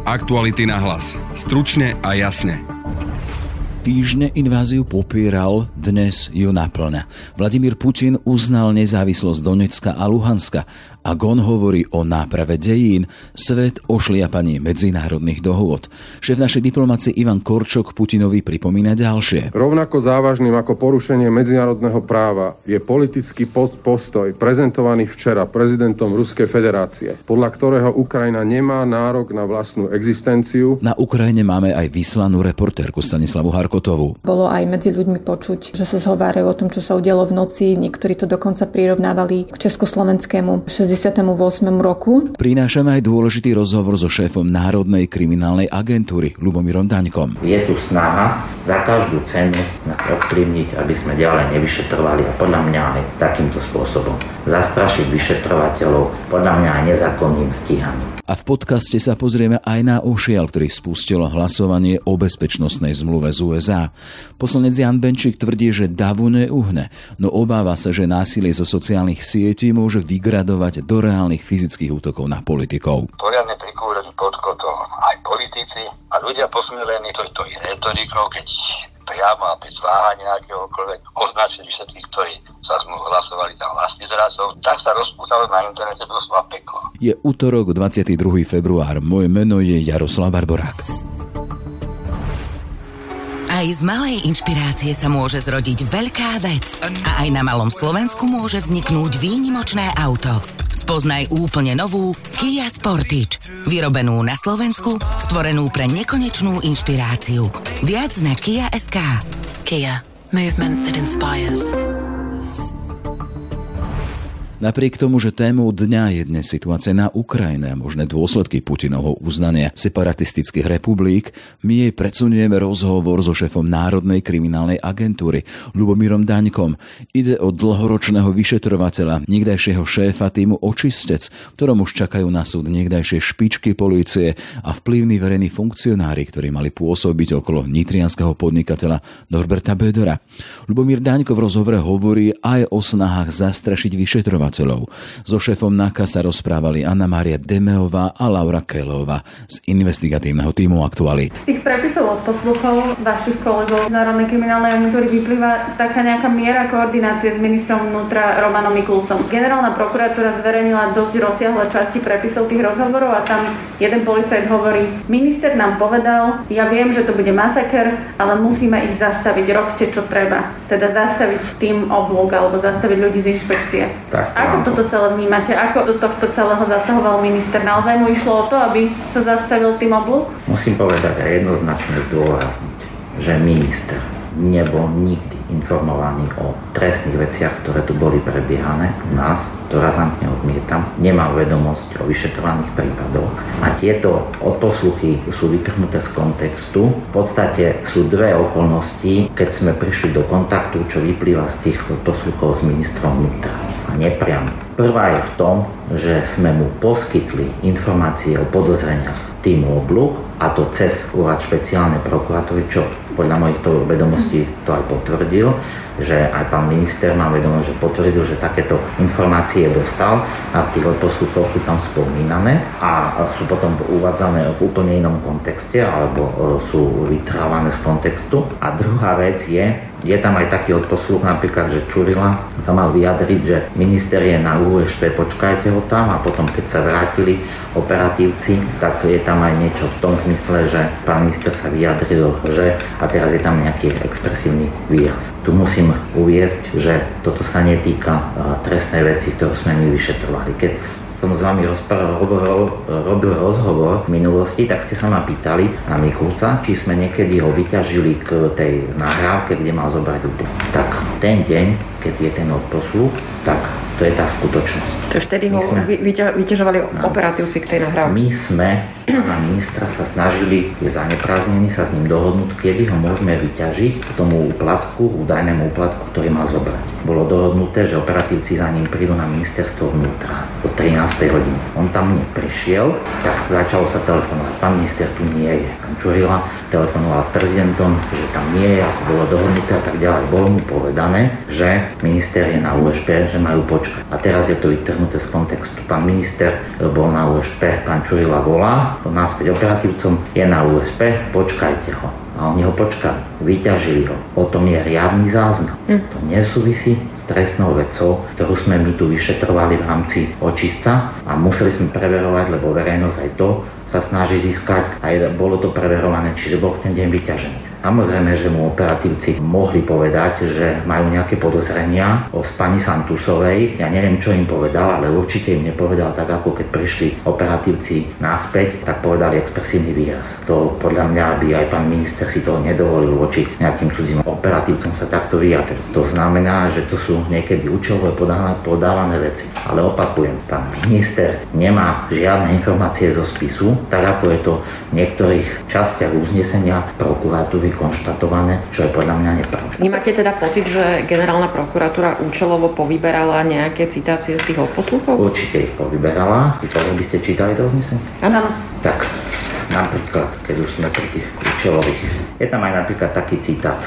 Aktuality na hlas. Stručne a jasne. Týždne inváziu popieral, dnes ju naplňa. Vladimír Putin uznal nezávislosť Donecka a Luhanska. Ak on hovorí o náprave dejín, svet o šliapaní medzinárodných dohôd. Šéf našej diplomácie Ivan Korčok Putinovi pripomína ďalšie. Rovnako závažným ako porušenie medzinárodného práva je politický postoj prezentovaný včera prezidentom Ruskej federácie, podľa ktorého Ukrajina nemá nárok na vlastnú existenciu. Na Ukrajine máme aj vyslanú reportérku Stanislavu Harkotovú. Bolo aj medzi ľuďmi počuť, že sa zhovárajú o tom, čo sa udialo v noci. Niektorí to dokonca prirovnávali k československému 68. roku. Prinášame aj dôležitý rozhovor so šéfom Národnej kriminálnej agentúry Ľubomírom Daňkom. Je tu snaha za každú cenu ovplyvniť, aby sme ďalej nevyšetrovali a podľa mňa aj takýmto spôsobom zastrašiť vyšetrovateľov, podľa mňa aj nezákonným stíhaním. A v podcaste sa pozrieme aj na ošial, ktorý spustilo hlasovanie o bezpečnostnej zmluve z USA. Poslanec Jan Benčík tvrdí, že davu neuhne, no obáva sa, že násilie zo sociálnych sietí môže vygradovať do reálnych fyzických útokov na politikov. Poriadne prikúrení pod kotol aj politici a ľudia posmielení touto retorikou, keď priamo a bez váhania nejakéhokoľvek označiť všetkých, ktorí sa hlasovali tam vlastne zradcov, tak sa rozpútalo na internete doslova peklo. Je utorok, 22. február. Moje meno je Jaroslav Barborák. Aj z malej inšpirácie sa môže zrodiť veľká vec. A aj na malom Slovensku môže vzniknúť výnimočné auto. Spoznaj úplne novú Kia Sportage. Vyrobenú na Slovensku, stvorenú pre nekonečnú inšpiráciu. Viac na Kia.sk. Kia. Movement that inspires. Napriek tomu, že témou dňa je dnes situácia na Ukrajine a možné dôsledky Putinovho uznania separatistických republik, my jej predsunieme rozhovor so šéfom Národnej kriminálnej agentúry Ľubomírom Daňkom. Ide o dlhoročného vyšetrovateľa, niekdajšieho šéfa týmu Očistec, ktorom už čakajú na súd niekdajšie špičky polície a vplyvní verejní funkcionári, ktorí mali pôsobiť okolo nitrianskeho podnikateľa Norberta Bödöra. Ľubomír Daňko v rozhovore hovorí aj o snahách zastrašiť vyšetrovateľov. So šéfom NAKA sa rozprávali Anna Mária Demeová a Laura Kelová z investigatívneho tímu Aktualít. Z tých prepisov od posluchov vašich kolegov z Národnej kriminálnej agentúry vyplýva taká nejaká miera koordinácie s ministrom vnútra Romanom Mikulcom. Generálna prokuratúra zverejnila dosť rozsiahle časti prepisov tých rozhovorov a tam jeden policajt hovorí: minister nám povedal, ja viem, že to bude masaker, ale musíme ich zastaviť, robte čo treba. Teda zastaviť tým oblúk alebo zastaviť ľudí z inšpekcie. Ako toto celé vnímate? Ako do tohto celého zasahoval minister? Naozaj mu išlo o to, aby sa zastavil tým oblúk? Musím povedať a jednoznačne zdôrazniť, že minister nebol nikdy informovaný o trestných veciach, ktoré tu boli prebiehané u nás. To razantne odmietam. Nemal vedomosť o vyšetrovaných prípadoch. A tieto odposluchy sú vytrhnuté z kontextu. V podstate sú dve okolnosti, keď sme prišli do kontaktu, čo vyplýva z tých odposluchov s ministrom vnútra. A nepriamo. Prvá je v tom, že sme mu poskytli informácie o podozreniach týmu Oblúk, a to cez úrad špeciálnej prokuratúry, čo podľa mojich vedomostí to aj potvrdil, že aj pán minister má vedomosť, že potvrdil, že takéto informácie dostal a tých odposluchov sú tam spomínané a sú potom uvádzané v úplne inom kontexte alebo sú vytrhávané z kontextu. A druhá vec je tam aj taký odposluch, napríklad, že Čurila sa mal vyjadriť, že minister je na USP, počkajte ho tam, a potom keď sa vrátili operatívci, tak je tam aj niečo v tom zmysle, že pán minister sa vyjadril, že, a teraz je tam nejaký expresívny výraz. Tu musím uviesť, že toto sa netýka trestnej veci, ktorú sme my vyšetrovali. Keď som s vami robil rozhovor v minulosti, tak ste sa ma pýtali na Mikulca, či sme niekedy ho vyťažili k tej nahrávke, kde mal zobrať úplne. Tak ten deň, keď je ten odposluch, tak to je tá skutočnosť. To vtedy ho vyťažovali operatívci k tej nahrávke. My sme pána ministra sa snažili, je zaneprázdnený, sa s ním dohodnúť, kedy ho môžeme vyťažiť k tomu úplatku, údajnému úplatku, ktorý má zobrať. bolo dohodnuté, že operatívci za ním prídu na ministerstvo vnútra o 13. hodine. On tam neprišiel, tak začalo sa telefonovať. Pán minister tu nie je. Pán Čurila telefonoval s prezidentom, že tam nie je, ako bolo dohodnuté a tak ďalej. Bolo mu povedané, že minister je na USP, že majú počkať. A teraz je to vytrhnuté z kontextu. Pán minister bol na USP, pán Čurila volá, naspäť operatívcom, je na USP, počkajte ho. A oni ho počkali, vyťažili ho. O tom je riadny záznam. To nesúvisí s trestnou vecou, ktorú sme my tu vyšetrovali v rámci očistca a museli sme preverovať, lebo verejnosť aj to sa snaží získať a bolo to preverované, čiže bol ten deň vyťažený. Samozrejme, že mu operatívci mohli povedať, že majú nejaké podozrenia o pani Santusovej. Ja neviem, čo im povedal, ale určite im nepovedal tak, ako keď prišli operatívci naspäť, tak povedali expresívny výraz. To podľa mňa by aj pán minister si toho nedovolil voči nejakým cudzím operatívcom sa takto vyjadriť. To znamená, že to sú niekedy účelové podávané veci. Ale opakujem, pán minister nemá žiadne informácie zo spisu, tak ako je to v niektorých častiach uznesenia prokuratúry konštatované, čo je podľa mňa nepravda. Vy máte teda pocit, že generálna prokuratúra účelovo povyberala nejaké citácie z tých odposluchov? Určite ich povyberala. Čo by ste čítali to uznesenie? Áno. Tak, napríklad, keď už sme pri tých účelových, je tam aj napríklad taký citát,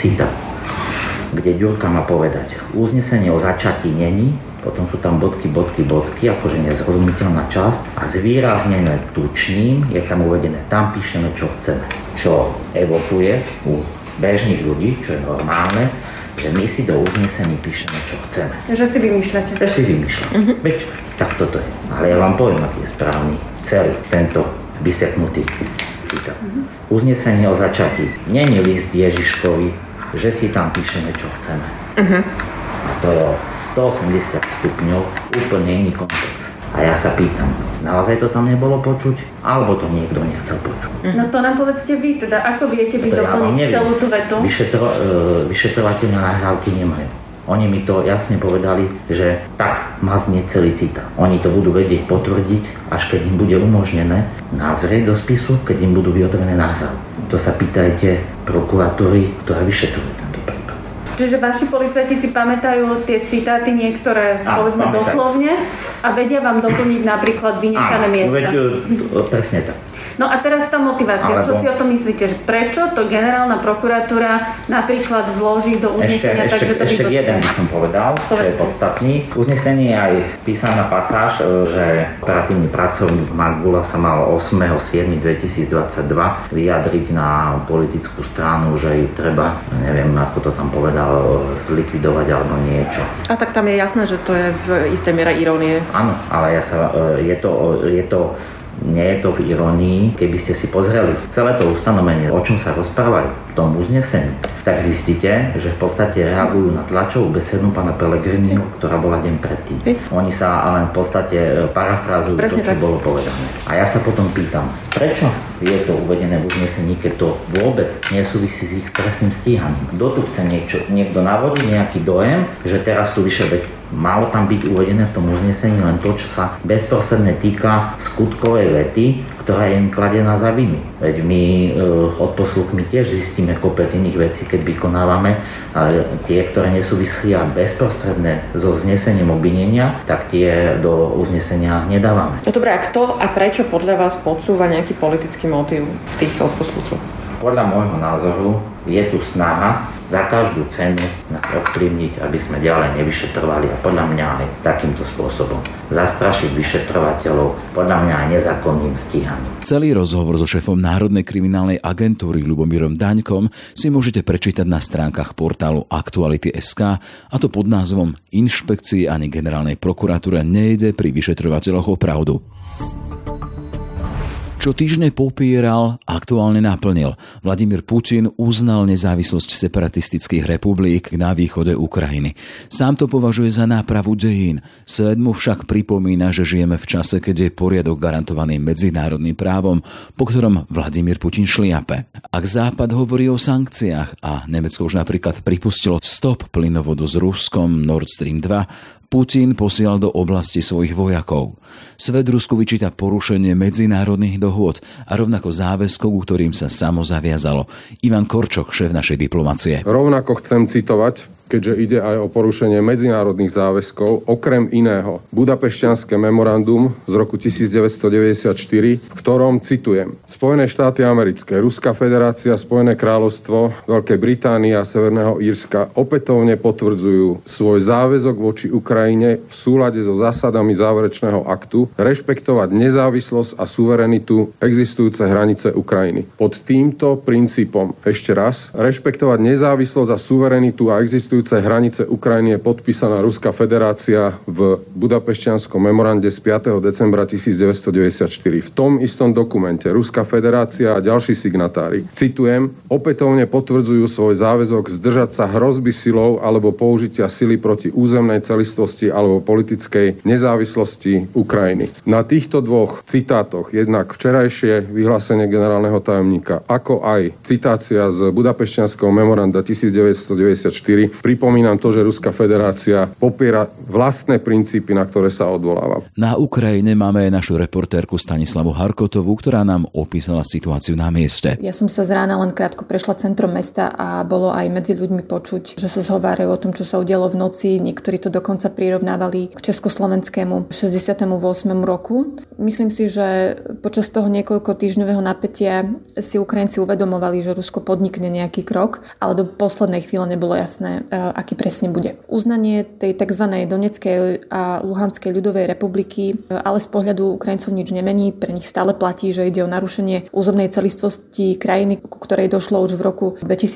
kde Ďurka má povedať, uznesenie o začatí není, potom sú tam bodky, akože nezrozumiteľná časť a zvýraznené tučným je tam uvedené, tam píšeme, čo chceme. Čo evokuje u bežných ľudí, čo je normálne, že my si do uznesení píšeme, čo chceme. Že si vymýšľate. Že si vymýšľam. Veď tak toto je. Ale ja vám poviem, aký je správny celý tento vyseknutý citát. Uznesenie o začatí. Není list Ježiškovi, že si tam píšeme, čo chceme. A to je o 180 stupňov úplne iný kontext. A ja sa pýtam, naozaj to tam nebolo počuť? Alebo to niekto nechcel počuť? No to nám povedzte vy, teda ako viete vy doplniť celú tú vetu? Vyšetrovateľné nahrávky nemajú. Oni mi to jasne povedali, že tak má znieť celý citát. Oni to budú vedieť potvrdiť, až keď im bude umožnené nazrieť do spisu, keď im budú vyotvorené nahrávky. To sa pýtajte prokuratúry, ktorá vyšetruje tento prípad. Čiže vaši policajti si pamätajú tie citáty niektoré, povedzme doslovne a vedia vám doplniť napríklad vynechané miesta. Presne tak. No a teraz tá motivácia, čo si o tom myslíte? Že prečo to generálna prokuratúra napríklad vloží do uznesenia? Ešte jeden by som povedal, čo je podstatný. V uznesení je aj písaná pasáž, že operatívny pracovník Magula sa mal 8.7.2022 vyjadriť na politickú stranu, že ju treba, neviem ako to tam povedal, zlikvidovať alebo niečo. A tak tam je jasné, že to je v istej miere irónie. Áno, ale nie je to v irónii, keby ste si pozreli celé to ustanovenie, o čom sa rozprávajú v tom uznesení, tak zistíte, že v podstate reagujú na tlačovú besedu pána Pellegriniho, ktorá bola deň predtým. Oni sa len v podstate parafrázujú to, čo bolo povedané. A ja sa potom pýtam, prečo je to uvedené v uznesení, keď to vôbec nesúvisí s ich trestným stíhaním? Kto tu chce niekto navodiť nejaký dojem, že teraz tu vyše malo tam byť uvedené v tom uznesení len to, čo sa bezprostredne týka skutkovej vety, ktorá je im kladená za vinu. Veď my odposluchmi tiež zistíme kopec iných vecí, keď vykonávame, ale tie, ktoré nesúvisia bezprostredne so vznesením obvinenia, tak tie do uznesenia nedávame. No dobré, a kto a prečo podľa vás podsúva nejaký politický motív tých odposluchov? Podľa môjho názoru je tu snaha za každú cenu ovplyvniť, aby sme ďalej nevyšetrovali a podľa mňa aj takýmto spôsobom zastrašiť vyšetrovateľov, podľa mňa aj nezákonným stíhaním. Celý rozhovor so šéfom Národnej kriminálnej agentúry Ľubomírom Daňkom si môžete prečítať na stránkach portálu Aktuality.sk, a to pod názvom Inšpekcii ani generálnej prokuratúre nejde pri vyšetrovateľoch o pravdu. Čo týždne popieral, aktuálne naplnil. Vladimír Putin uznal nezávislosť separatistických republik na východe Ukrajiny. Sám to považuje za nápravu dejín. Svet mu však pripomína, že žijeme v čase, keď je poriadok garantovaný medzinárodným právom, po ktorom Vladimír Putin šliape. Ak Západ hovorí o sankciách a Nemecko už napríklad pripustilo stop plynovodu s Ruskom Nord Stream 2, Putin posielal do oblasti svojich vojakov. Svet Rusku vyčíta porušenie medzinárodných dohôd a rovnako záväzkov, ktorým sa samo zaviazalo. Ivan Korčok, šéf našej diplomacie. Rovnako chcem citovať keďže ide aj o porušenie medzinárodných záväzkov, okrem iného Budapešťanské memorandum z roku 1994, v ktorom, citujem, Spojené štáty americké, Ruská federácia, Spojené kráľovstvo Veľkej Británie a Severného Írska opätovne potvrdzujú svoj záväzok voči Ukrajine v súlade so zásadami záverečného aktu rešpektovať nezávislosť a suverenitu existujúce hranice Ukrajiny. Pod týmto princípom, ešte raz, rešpektovať nezávislosť a suverenitu a existujúce hranice Ukrajiny je podpísaná Ruská federácia v Budapešťanskom memorande z 5. decembra 1994. V tom istom dokumente Ruská federácia a ďalší signatári, citujem, opätovne potvrdzujú svoj záväzok zdržať sa hrozby silou alebo použitia sily proti územnej celistvosti alebo politickej nezávislosti Ukrajiny. Na týchto dvoch citátoch, jednak včerajšie vyhlásenie generálneho tajomníka, ako aj citácia z Budapešťanského memoranda 1994, pripomínam to, že Ruská federácia popiera vlastné princípy, na ktoré sa odvoláva. Na Ukrajine máme aj našu reportérku Stanislavu Harkotovú, ktorá nám opísala situáciu na mieste. Ja som sa z rána len krátko prešla centrom mesta a bolo aj medzi ľuďmi počuť, že sa zhovárajú o tom, čo sa udialo v noci. Niektorí to dokonca prirovnávali k československému 68. roku. Myslím si, že počas toho niekoľko týždňového napätia si Ukrajinci uvedomovali, že Rusko podnikne nejaký krok, ale do poslednej chvíle nebolo jasné, aký presne bude. Uznanie tej tzv. Donetskej a Luhanskej ľudovej republiky ale z pohľadu Ukrajincov nič nemení. Pre nich stále platí, že ide o narušenie územnej celistvosti krajiny, ku ktorej došlo už v roku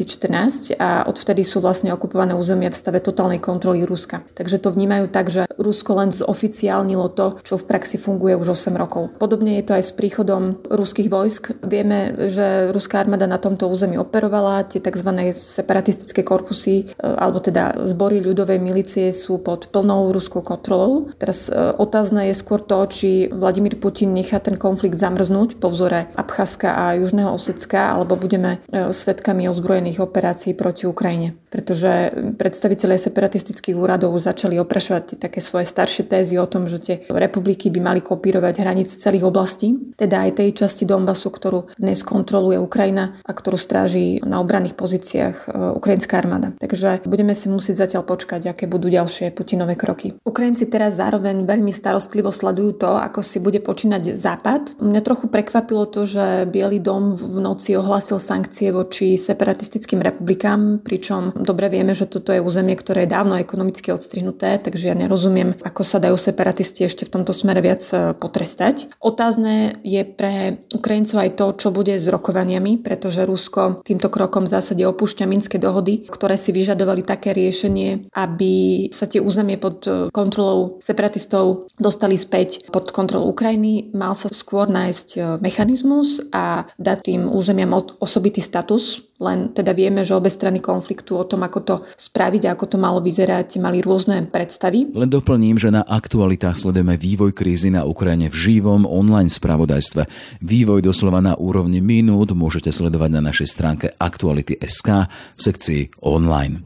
2014 a odvtedy sú vlastne okupované územia v stave totálnej kontroly Ruska. Takže to vnímajú tak, že Rusko len zoficiálnilo to, čo v praxi funguje už 8 rokov. Podobne je to aj s príchodom ruských vojsk. Vieme, že ruská armáda na tomto území operovala, tie tzv. Separatistické korpusy, alebo teda zbory ľudovej milície sú pod plnou ruskou kontrolou. Teraz otázne je skôr to, či Vladimír Putin nechá ten konflikt zamrznúť po vzore Abcházska a Južného Osetská, alebo budeme svedkami ozbrojených operácií proti Ukrajine. Pretože predstavitelia separatistických úradov začali oprašovať také svoje staršie tézy o tom, že tie republiky by mali kopírovať hranice celých oblastí, teda aj tej časti Donbasu, ktorú dnes kontroluje Ukrajina a ktorú stráži na obranných pozíciách ukrajinská armáda. Takže budeme si musieť zatiaľ počkať, aké budú ďalšie Putinové kroky. Ukrajinci teraz zároveň veľmi starostlivo sledujú to, ako si bude počínať Západ. Mňa trochu prekvapilo to, že Biely dom v noci ohlásil sankcie voči separatistickým republikám, pričom dobre vieme, že toto je územie, ktoré je dávno ekonomicky odstrihnuté, takže ja nerozumiem, ako sa dajú separatisti ešte v tomto smere viac potrestať. Otázne je pre Ukrajincov aj to, čo bude s rokovaniami, pretože Rusko týmto krokom v zásade opúšťa Minské dohody, ktoré si vyžadovali také riešenie, aby sa tie územie pod kontrolou separatistov dostali späť pod kontrolu Ukrajiny. Mal sa skôr nájsť mechanizmus a dať tým územiam osobitý status. Len teda vieme, že obe strany konfliktu o tom, ako to spraviť a ako to malo vyzerať, mali rôzne predstavy. Len doplním, že na aktualitách sledujeme vývoj krízy na Ukrajine v živom online spravodajstve. Vývoj doslova na úrovni minút môžete sledovať na našej stránke Aktuality.sk v sekcii online.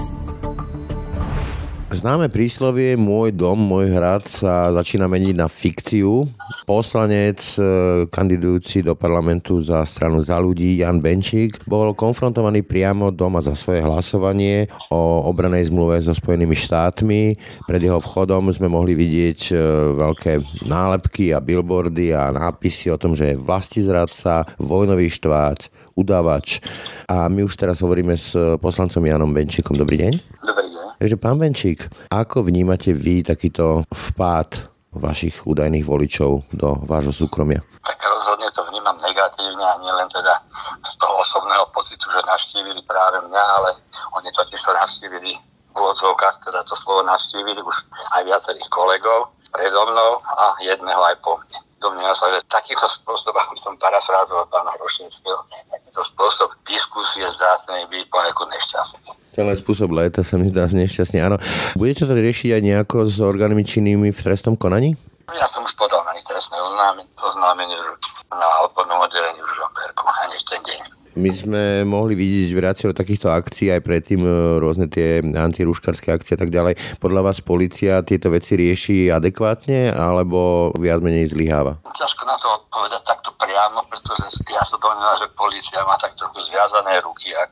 Známe príslovie Môj dom, môj hrad sa začína meniť na fikciu. Poslanec kandidujúci do parlamentu za stranu Za ľudí Jan Benčík bol konfrontovaný priamo doma za svoje hlasovanie o obranej zmluve so Spojenými štátmi. Pred jeho vchodom sme mohli vidieť veľké nálepky a billboardy a nápisy o tom, že je vlastizradca, vojnový štváč, udávač. A my už teraz hovoríme s poslancom Janom Benčíkom. Dobrý deň. Dobrý deň. Takže pán Benčík, ako vnímate vy takýto vpád vašich údajných voličov do vášho súkromia? Tak rozhodne to vnímam negatívne a nie len teda z toho osobného pocitu, že navštívili práve mňa, ale oni totiž to navštívili v úvodzovkách, teda to slovo navštívili už aj viacerých kolegov predo mnou a jedného aj po mne. Domnievam sa, že takýmto spôsobom, aby som parafrázoval pána Hrošinského, takýto spôsob diskusie zdá sa mi byť ponekud nešťastný. Ten spôsob leta sa mi zdá nešťastný, áno. Budete to riešiť aj nejako s orgánmi činnými v trestnom konaní? Ja som už podal na nich trestné oznámenie na odbornom oddelení v Žomberku a než ten deň. My sme mohli vidieť viacero takýchto akcií, aj predtým rôzne tie antirúškarské akcie a tak ďalej. Podľa vás polícia tieto veci rieši adekvátne, alebo viac menej zlyháva? Ťažko na to odpovedať takto priamo, pretože ja sa domnievam, že polícia má tak trochu zviazané ruky, ako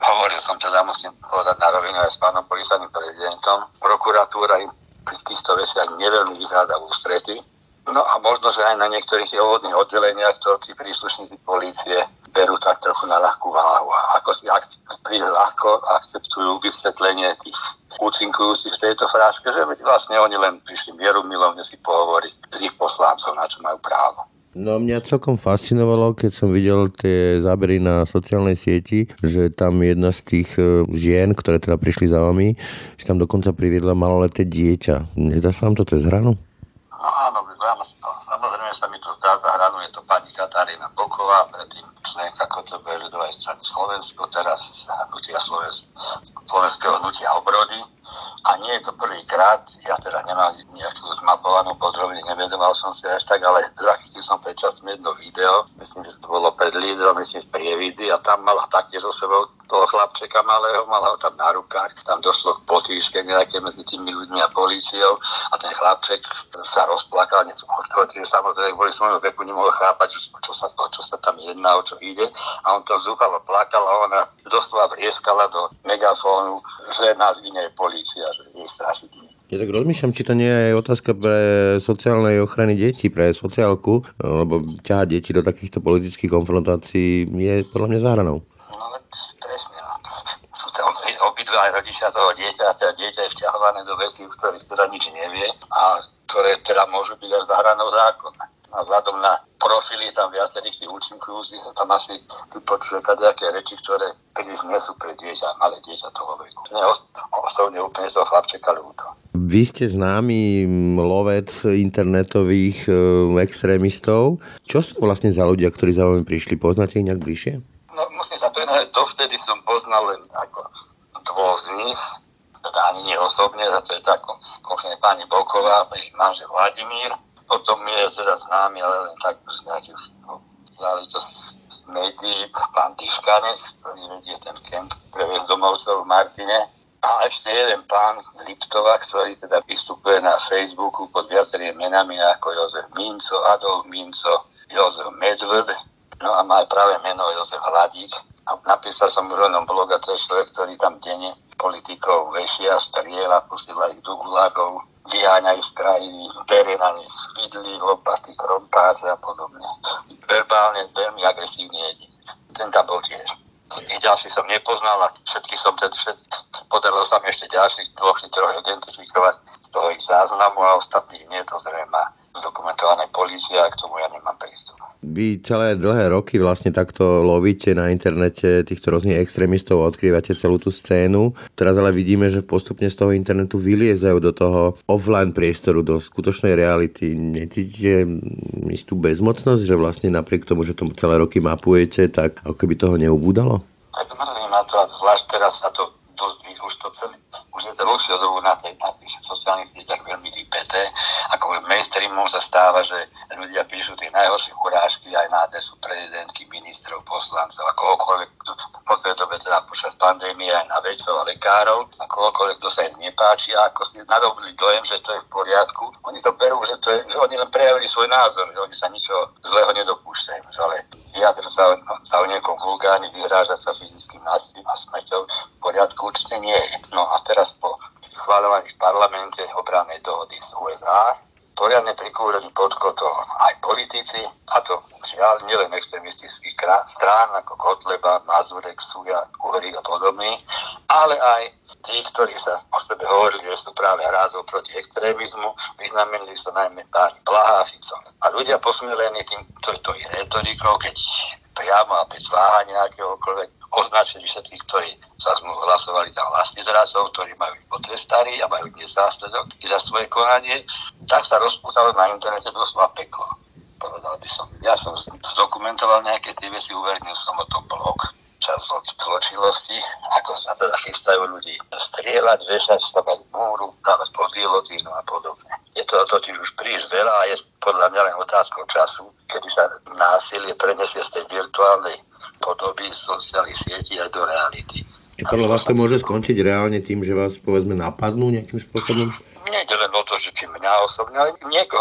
Hovoril som teda, musím povedať na rovinu aj s pánom policajným prezidentom. Prokuratúra im pri týchto veciach neveľmi vyhľadá v ústrety. No a možno, že aj na niektorých obvodných oddeleniach to tí príslušníci polície berú tak trochu na ľahkú váhu. A ako si príliš ľahko akceptujú vysvetlenie tých účinkujúcich v tejto fráške, že vlastne oni len prišli mierumilovne si pohovoriť s ich poslancom, na čo majú právo. No mňa celkom fascinovalo, keď som videl tie zábery na sociálnej sieti, že tam jedna z tých žien, ktoré teda prišli za vami, si tam dokonca priviedla maloleté dieťa. Nedá sa vám to cez hranu? No áno, samozrejme sa mi to zdá za hranu, je to pani Katarína Boková, predtým členka KTB ľudovej strany Slovensko, teraz Slovenského hnutia Obrody. A nie je to prvýkrát, ja teda nemám nejakú zmapovanú podrobne, nevedomal som si až tak, ale zachytil som pred časom jedno video, myslím, že to bolo pred lídrom, myslím, v Prievidzi, a tam mala taktiež so sebou toho chlapčeka malého, mala ho tam na rukách, tam došlo k potýške nejaké medzi tými ľuďmi a políciou a ten chlapček sa rozplakal, čiže samozrejme kvôli svojmu veku nemohol chápať, čo sa tam jedná, o čo ide, a on to zúfalo plakal a ona doslova vrieskala do megafónu, že nás vynie polícia, že je strašný. Ja tak rozmýšľam, či to nie je otázka pre sociálnej ochrany detí, pre sociálku, lebo ťahať deti do takýchto politických konfrontácií je podľa mňa za hranou. No presne, no. Sú tam obidva aj rodičia toho dieťa, a teda dieťa je vťahované do vecí, v ktorých teda nič nevie a ktoré teda môžu byť aj za hranou zákona. A vzhľadom na profily tam viacerých tých účinkujúcich, tam asi počuje kadejaké reči, ktoré príliš nie sú pre dieťa, malé dieťa toho veku. Mne osobne úplne toho chlapčeka ľúto. Vy ste známy lovec internetových extrémistov. Čo sú vlastne za ľudia, ktorí za vami prišli? Poznáte ich nejak bližšie? No musím sa priznať, dovtedy som poznal len ako dvoch z nich, teda ani nie osobne, za to je tak konkrétne pani Boková, jej manžel Vladimír. Potom je teda známy, ale len tak z nejakých záležitostí z médií, pán Tyškanec, ktorý vedie ten kemp pre bezdomovcov v Martine. A ešte jeden pán Liptova, ktorý teda vystupuje na Facebooku pod viacerými menami ako Jozef Minco, Adolf Minco, Jozef Medved, no a má aj práve meno Jozef Hladík. A napísal som už o bloga, to je človek, ktorý tam denne politikov vešia, strieľa, posiela ich do gulagov, vyháňajú z krajiny, berie na nich vidly, lopaty, krompáře a podobne. Verbálne veľmi agresívne jedinec. Ten tam bol tiež. Tých ďalších som nepoznal a podarilo sa mi ešte ďalších 2-3 identifikovať z toho ich záznamu a ostatných nie je to zrejme zdokumentované polícia a k tomu ja nemám prístup. Vy celé dlhé roky vlastne takto lovíte na internete týchto rôznych extrémistov a odkrývate celú tú scénu. Teraz ale vidíme, že postupne z toho internetu vyliezajú do toho offline priestoru, do skutočnej reality. Necítite istú bezmocnosť, že vlastne napriek tomu, že to celé roky mapujete, tak ako keby toho neubúdalo? Tak mrzí ma to, zvlášť teraz sa to dosť už je to dlhšie dobu na tých sociálnych sieťach veľmi vypäté. Ako v mainstreamu sa stáva, že ľudia píšu tie najhoršie urážky aj na adresu prezidentky, ministrov, poslancov a kohokoľvek, v poslednej dobe teda počas pandémie aj na vedcov a lekárov a kohokoľvek, kto sa im nepáči a ako si nadobudli dojem, že to je v poriadku. Oni to berú, že oni len prejavili svoj názor, že oni sa ničoho zlého nedopúšťajú, ale vyjadriť sa o niekom vulgárne, vyhrážať sa fyzickým násilím a smrťou v poriadku určite nie je. No a teraz po schváľovaní v parlamente obrannej dohody z USA poriadne prikúrení pod kotolom aj politici, a to žiaľ nielen extrémistických strán ako Kotleba, Mazurek, Suja, Uhrík a podobný, ale aj tí, ktorí sa o sebe hovorili, že sú práve rázov proti extrémizmu, vyznamenili sa najmä páni Blaha a Fico. A ľudia posmielení týmto retorikou, keď priamo a bez váhania akéhokoľvek označili všetkých, ktorí sa hlasovali za vlastizradcov, ktorí majú potrestaní a majú dnes následok za svoje konanie, tak sa rozpútalo na internete doslova peklo. Povedal by som. Ja som zdokumentoval nejaké tie veci, uverejnil som o tom blog, čas zločilosti, ako sa teda chystajú ľudí strieľať, vešať, stavať múru, dávať pod gilotínu a podobne. Je to totiž už príliš veľa a je podľa mňa len otázkou času, kedy sa násilie prenesie z tej virtuálnej podoby sociálnych sietí aj do reality. Či podľa vás to môže skončiť reálne tým, že vás povedzme napadnú nejakým spôsobom? Nejde len o to, že či mňa osobne, ale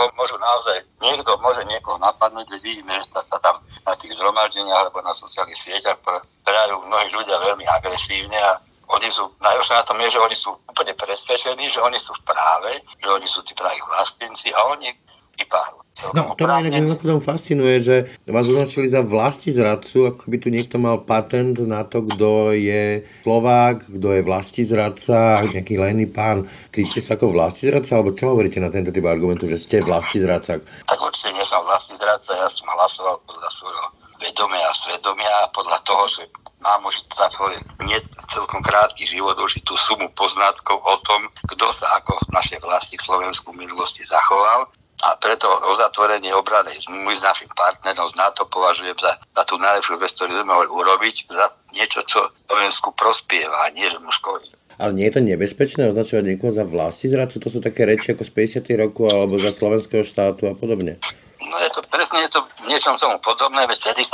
niekto môže niekoho napadnúť, veď vidíme, že sa tam na tých zhromaždeniach alebo na sociálnych sieťach prejavujú mnohí ľudia veľmi agresívne a oni sú, najhoršie na tom je, že oni sú úplne presvedčení, že oni sú v práve, že oni sú tí praví vlastníci a oni vypáru. No, to ma inak mimochodom fascinuje, že vás označili za vlastizradcu, ako by tu niekto mal patent na to, kto je Slovák, kto je vlastizradca, nejaký lený pán. Kryjete sa ako vlastizradca, alebo čo hovoríte na tento typ argumentu, že ste vlastizradca? Tak určite nie som vlastizradca, ja som hlasoval podľa svojho vedomia a svedomia a podľa toho, že mám už za svoj nie celkom krátky život už tú sumu poznatkov o tom, kto sa ako v našej vlasti k Slovensku v minulosti zachoval. A preto uzatvorenie obranej zmluvy s našim partnerom z NATO považujem za tú najlepšiu vec, ktorú sme mohli urobiť, za niečo, čo Slovensku prospieva, nie že mu škodí. Ale nie je to nebezpečné označovať niekoho za vlastizradcu? To sú také reči ako z 50. rokov alebo za slovenského štátu a podobne. No je to niečom tomu podobné, veď celých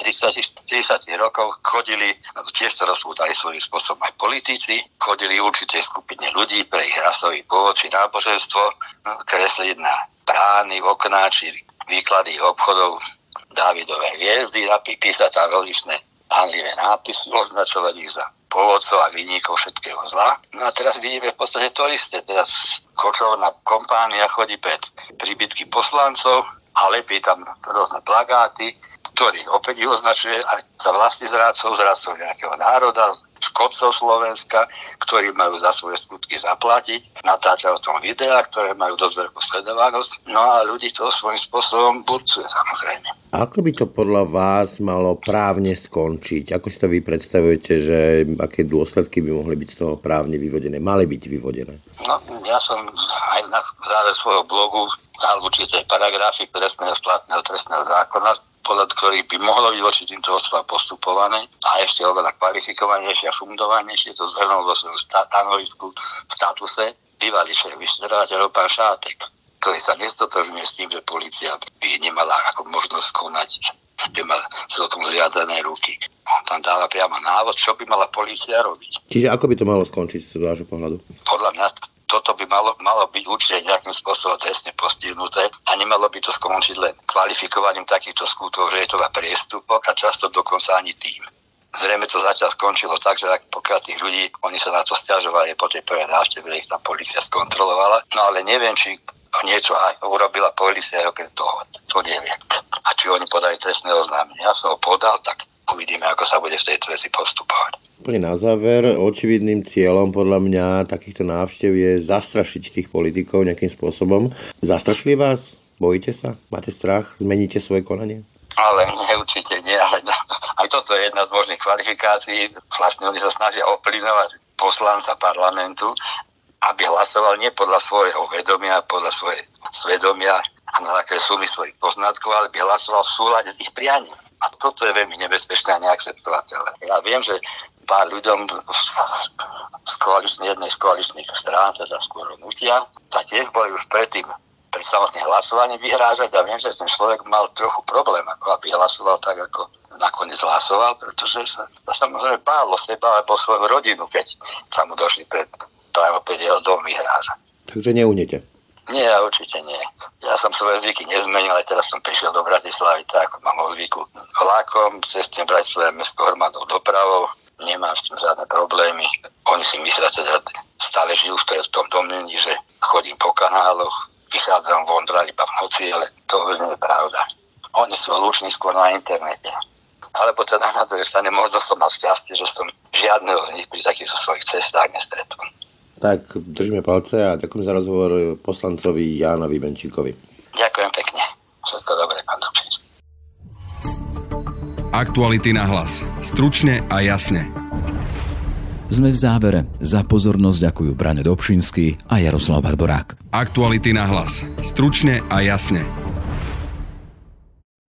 30 rokov chodili, tiež to rozpútali svojím spôsobom aj politici, chodili určitej skupine ľudí pre ich rasový pôvod či náboženstvo, kresliť na brány, okná či výklady obchodov Dávidové hviezdy, písať tam rozličné hanlivé nápisy, označovať ich za pôvodcov a vinníkov všetkého zla. No a teraz vidíme v podstate to isté. Teraz kočovná kompánia chodí pred príbytky poslancov a lepí tam rôzne plagáty, ktorý opäť ich označuje aj za vlastizrádcov, zradcov nejakého národa, škodcov Slovenska, ktorí majú za svoje skutky zaplatiť, natáčajú o tom videá, ktoré majú dosť veľkú sledovanosť, no a ľudí to svojím spôsobom burcuje samozrejme. Ako by to podľa vás malo právne skončiť? Ako si to vy predstavujete, že aké dôsledky by mohli byť z toho právne vyvodené, mali byť vyvodené? No, ja som aj na záver svojho blogu dal určité paragrafy platného trestného zákona, podľa ktorých by mohlo byť voči týmto osobám postupované a ešte oveľa kvalifikovanejšie a fundovanejšie to zhrnul vo svojom stanovisku v statuse bývalý šéf vyšetrovateľov pán Šátek, ktorý sa nestotožňuje s tým, že polícia by nemala ako možnosť konať, že má celkom zviazané ruky. On tam dáva priamo návod, čo by mala polícia robiť. Čiže ako by to malo skončiť z vášho pohľadu? Podľa mňa toto by malo byť určite nejakým spôsobom trestne postihnuté a nemalo by to skončiť len kvalifikovaním takýchto skutkov, že je to priestupok a často dokonca ani tým. Zrejme to zatiaľ skončilo tak, že pokiaľ tých ľudí, oni sa na to sťažovali po tej prvej návšteve, ich tam polícia skontrolovala, no ale neviem, či niečo aj urobila polícia okrem toho, to neviem. A či oni podali trestné oznámenie. Ja som ho podal, tak uvidíme, ako sa bude v tejto veci postupovať. Na záver, očividným cieľom podľa mňa takýchto návštev je zastrašiť tých politikov nejakým spôsobom. Zastrašili vás? Bojíte sa? Máte strach? Zmeníte svoje konanie? Ale nie, určite nie. Ale aj toto je jedna z možných kvalifikácií. Vlastne oni sa snažia ovplyvňovať poslanca parlamentu, aby hlasoval nie podľa svojho vedomia, podľa svojej svedomia a na také sumy svojich poznatkov, ale by hlasoval v súlade s ich prianím. A toto je veľmi nebezpečné a neakceptovateľné. Ja viem, že pár ľuďom jednej z koaličných strán, teda skôr hnutia, tak tiež boli už predtým pri samotným hlasovaní vyhrážať a viem, že ten človek mal trochu problém, ako aby hlasoval tak, ako nakoniec hlasoval, pretože sa samozrejme bálo seba alebo svoju rodinu, keď sa mu došli pred jeho dom vyhrážať. Takže neunete? Nie, určite nie. Ja som svoje zvyky nezmenil, aj teraz som prišiel do Bratislavy, tak ako mám o zvyku vlakom, cestím brať svoje mesto hromadnou dopravou, nemám s tým žiadne problémy. Oni si myslia, teda stále žijú v tom domnení, že chodím po kanáloch, vychádzam von iba v noci, ale to vôbec nie je pravda. Oni sú lúční skôr na internete. Alebo teda na druhej strane možno som mal šťastie, že som žiadneho z nich pri takýchto svojich cestách nestretol. Tak držíme palce a ďakujem za rozhovor poslancovi Jánovi Benčíkovi. Ďakujem pekne. Všetko dobré, pán Dobšinský. Aktuality na hlas. Stručne a jasne. Sme v závere. Za pozornosť ďakujú Braňo Dobšinský a Jaroslav Barborák. Aktuality na hlas. Stručne a jasne.